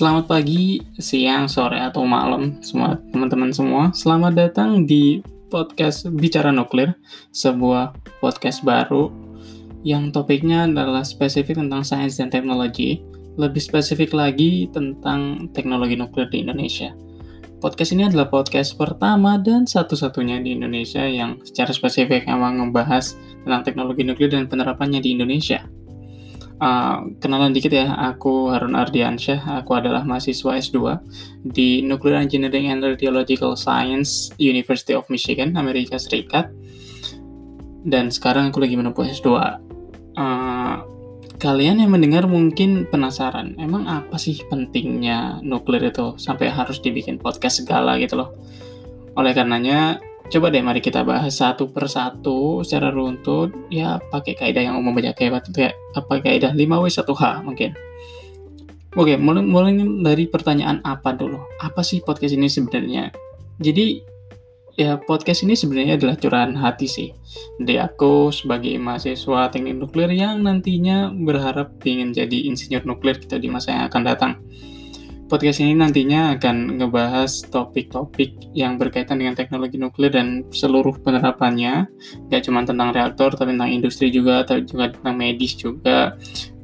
Selamat pagi, siang, sore, atau malam semua teman-teman semua. Selamat datang di podcast Bicara Nuklir, sebuah podcast baru yang topiknya adalah spesifik tentang sains dan teknologi, lebih spesifik lagi tentang teknologi nuklir di Indonesia. Podcast ini adalah podcast pertama dan satu-satunya di Indonesia yang secara spesifik emang ngebahas tentang teknologi nuklir dan penerapannya di Indonesia. Kenalan dikit ya, aku Harun Ardiansyah, aku adalah mahasiswa S2 di Nuclear Engineering and Radiological Science, University of Michigan, Amerika Serikat. Dan sekarang aku lagi menempuh S2. Kalian yang mendengar mungkin penasaran, emang apa sih pentingnya nuklir itu sampai harus dibikin podcast segala gitu loh. Oleh karenanya, coba deh mari kita bahas satu persatu secara runtut, ya pakai kaidah yang umum aja, kayak kaidah 5W1H mungkin. Oke, mulai dari pertanyaan apa dulu. Apa sih podcast ini sebenarnya? Jadi, ya podcast ini sebenarnya adalah curahan hati sih. Dari aku sebagai mahasiswa teknik nuklir yang nantinya berharap ingin jadi insinyur nuklir kita di masa yang akan datang. Podcast ini nantinya akan ngebahas topik-topik yang berkaitan dengan teknologi nuklir dan seluruh penerapannya. Gak cuma tentang reaktor, tapi tentang industri juga, tapi juga tentang medis juga.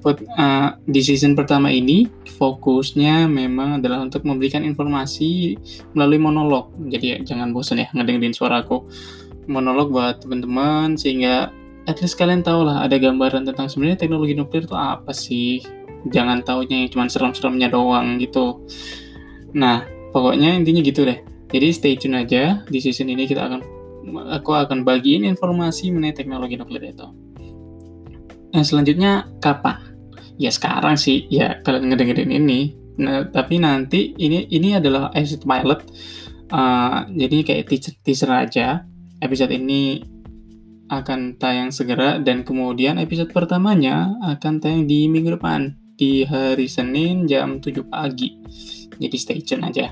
Di season pertama ini, fokusnya memang adalah untuk memberikan informasi melalui monolog. Jadi jangan bosan ya ngedengerin suaraku. Monolog buat teman-teman, sehingga at least kalian tahu lah ada gambaran tentang sebenarnya teknologi nuklir itu apa sih. Jangan taunya cuma serem-seremnya doang gitu. Nah, pokoknya intinya gitu deh. Jadi stay tune aja. Di season ini aku akan bagiin informasi mengenai teknologi nuklir itu. Nah, selanjutnya kapan? Ya sekarang sih, ya kalian ngedengerin ini. Nah, tapi nanti ini adalah episode pilot. Jadi kayak teaser aja. Episode ini akan tayang segera dan kemudian episode pertamanya akan tayang di minggu depan di hari Senin jam 7 pagi. Jadi stay tune aja.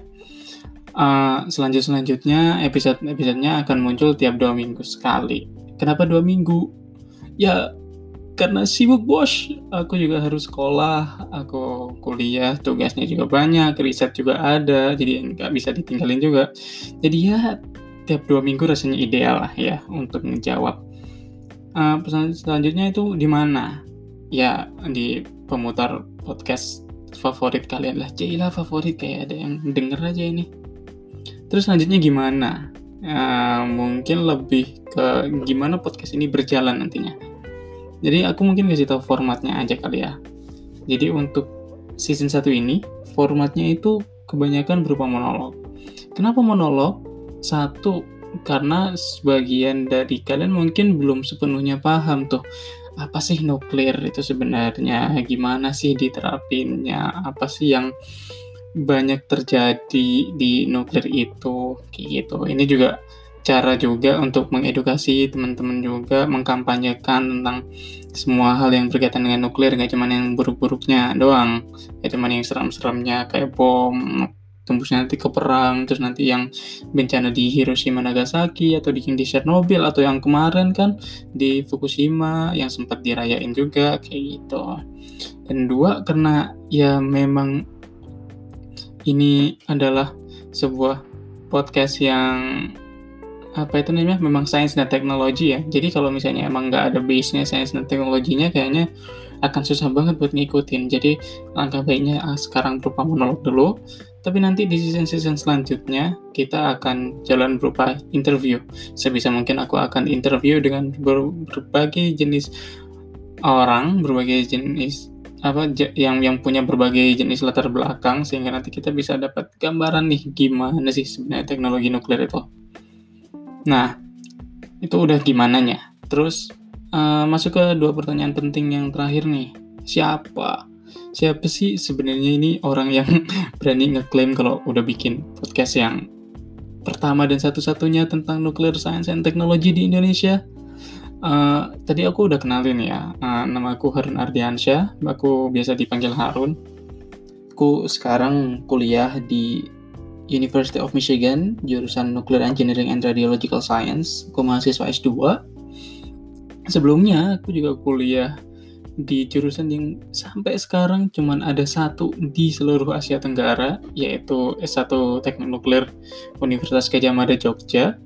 Selanjutnya episode-episodenya akan muncul tiap 2 minggu sekali. Kenapa 2 minggu? Ya karena sibuk bos. Aku juga harus sekolah, aku kuliah, tugasnya juga banyak, riset juga ada, jadi nggak bisa ditinggalin juga. Jadi ya tiap 2 minggu rasanya ideal lah ya untuk menjawab. Pesan selanjutnya itu di mana? Ya di pemutar podcast favorit kalian lah. Cailah favorit, kayak ada yang denger aja ini. Terus selanjutnya gimana? Mungkin lebih ke gimana podcast ini berjalan nantinya. Jadi aku mungkin kasih tahu formatnya aja kali ya. Jadi untuk season 1 ini formatnya itu kebanyakan berupa monolog. Kenapa monolog? Satu, karena sebagian dari kalian mungkin belum sepenuhnya paham tuh apa sih nuklir itu sebenarnya, gimana sih diterapinnya, apa sih yang banyak terjadi di nuklir itu, kayak gitu. Ini juga cara juga untuk mengedukasi teman-teman juga, mengkampanyekan tentang semua hal yang berkaitan dengan nuklir, gak cuma yang buruk-buruknya doang, gak cuma yang serem-seremnya kayak bom, tembusnya nanti ke perang, terus nanti yang bencana di Hiroshima Nagasaki atau di Chernobyl atau yang kemarin kan di Fukushima yang sempat dirayain juga kayak gitu. Dan dua, karena ya memang ini adalah sebuah podcast yang memang sains dan teknologi ya. Jadi kalau misalnya emang nggak ada base-nya sains dan teknologinya, kayaknya akan susah banget buat ngikutin. Jadi langkah baiknya sekarang berupa monolog dulu, tapi nanti di season selanjutnya kita akan jalan berupa interview. Sebisa mungkin aku akan interview dengan berbagai jenis orang, berbagai jenis yang punya berbagai jenis latar belakang, sehingga nanti kita bisa dapat gambaran nih gimana sih sebenarnya teknologi nuklir itu. Nah, itu udah gimananya. Terus masuk ke 2 pertanyaan penting yang terakhir nih. Siapa sih sebenarnya ini orang yang berani ngeklaim kalau udah bikin podcast yang pertama dan satu-satunya tentang nuclear science and technology di Indonesia? Tadi aku udah kenalin ya, nama aku Harun Ardiansyah, aku biasa dipanggil Harun. Aku sekarang kuliah di University of Michigan, jurusan Nuclear Engineering and Radiological Science. Aku mahasiswa S2. Sebelumnya aku juga kuliah di jurusan yang sampai sekarang cuman ada satu di seluruh Asia Tenggara, yaitu S1 Teknik Nuklir Universitas Gadjah Mada Jogja.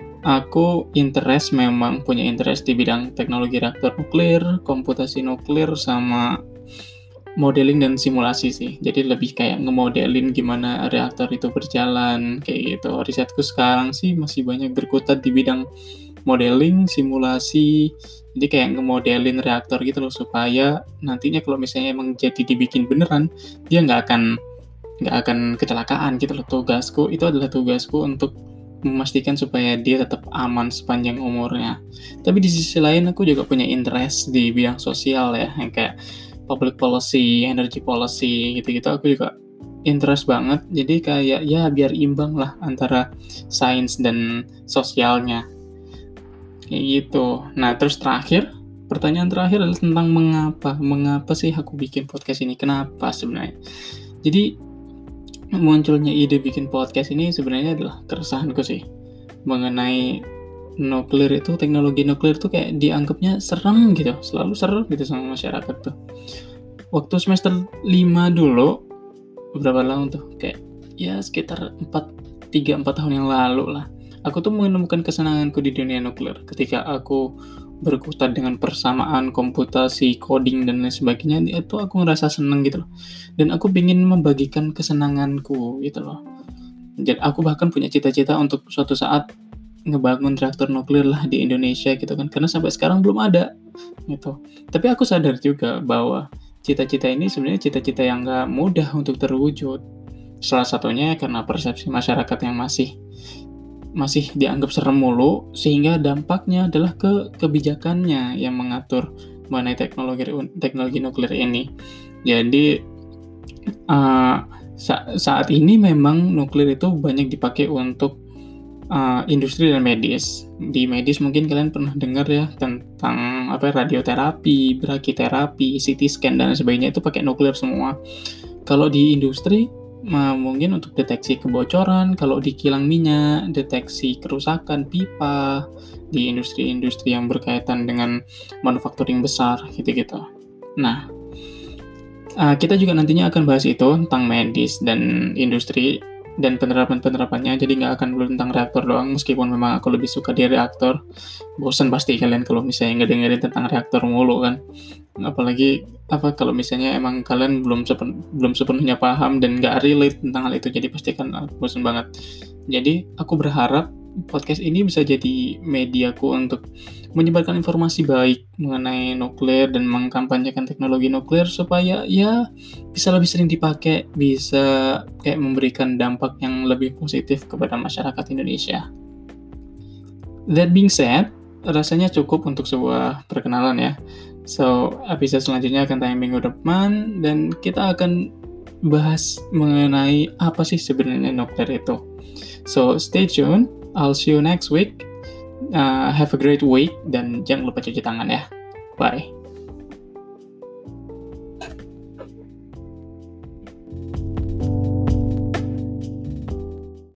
Aku memang punya interest di bidang teknologi reaktor nuklir, komputasi nuklir, sama modeling dan simulasi sih. Jadi lebih kayak ngemodelin gimana reaktor itu berjalan, kayak gitu. Risetku sekarang sih masih banyak berkutat di bidang modeling, simulasi, jadi kayak ngemodelin reaktor gitu loh, supaya nantinya kalau misalnya emang jadi dibikin beneran, dia nggak akan kecelakaan gitu loh. Itu adalah tugasku untuk memastikan supaya dia tetap aman sepanjang umurnya. Tapi di sisi lain aku juga punya interest di bidang sosial ya, yang kayak public policy, energy policy, gitu-gitu aku juga interest banget. Jadi kayak ya biar imbang lah antara sains dan sosialnya. Kayak gitu. Nah, terus pertanyaan terakhir adalah tentang mengapa. Mengapa sih aku bikin podcast ini? Kenapa sebenarnya? Jadi, munculnya ide bikin podcast ini sebenarnya adalah keresahanku sih. Mengenai teknologi nuklir itu kayak dianggapnya serem gitu. Selalu serem gitu sama masyarakat tuh. Waktu semester 5 dulu, berapa lama tuh? Kayak ya sekitar 3-4 tahun yang lalu lah. Aku tuh menemukan kesenanganku di dunia nuklir ketika aku berkutat dengan persamaan komputasi, coding, dan lain sebagainya. Itu aku ngerasa seneng gitu loh. Dan aku ingin membagikan kesenanganku gitu loh. Jadi aku bahkan punya cita-cita untuk suatu saat ngebangun reaktor nuklir lah di Indonesia gitu kan. Karena sampai sekarang belum ada gitu. Tapi aku sadar juga bahwa cita-cita ini sebenarnya cita-cita yang gak mudah untuk terwujud. Salah satunya karena persepsi masyarakat yang masih dianggap serem mulu, sehingga dampaknya adalah ke kebijakannya yang mengatur mengenai teknologi nuklir ini. Jadi saat ini memang nuklir itu banyak dipakai untuk industri dan medis. Di medis mungkin kalian pernah dengar ya tentang radioterapi, brachytherapy, CT scan dan sebagainya, itu pakai nuklir semua. Kalau di industri mungkin untuk deteksi kebocoran, kalau di kilang minyak, deteksi kerusakan pipa, di industri-industri yang berkaitan dengan manufacturing besar, gitu-gitu. Nah, kita juga nantinya akan bahas itu tentang medis dan industri dan penerapan-penerapannya, jadi nggak akan dulu tentang reaktor doang, meskipun memang aku lebih suka di reaktor. Bosan pasti kalian kalau misalnya ngedengerin tentang reaktor mulu kan. Apalagi kalau misalnya emang kalian belum sepenuhnya paham dan nggak relate tentang hal itu, jadi pasti kan bosan banget. Jadi aku berharap podcast ini bisa jadi mediaku untuk menyebarkan informasi baik mengenai nuklir dan mengkampanyekan teknologi nuklir supaya ya bisa lebih sering dipakai, bisa kayak memberikan dampak yang lebih positif kepada masyarakat Indonesia. That being said, rasanya cukup untuk sebuah perkenalan ya. So, episode selanjutnya akan tayang minggu depan dan kita akan bahas mengenai apa sih sebenarnya nuklir itu. So, stay tuned. I'll see you next week. Have a great week dan jangan lupa cuci tangan ya. Bye.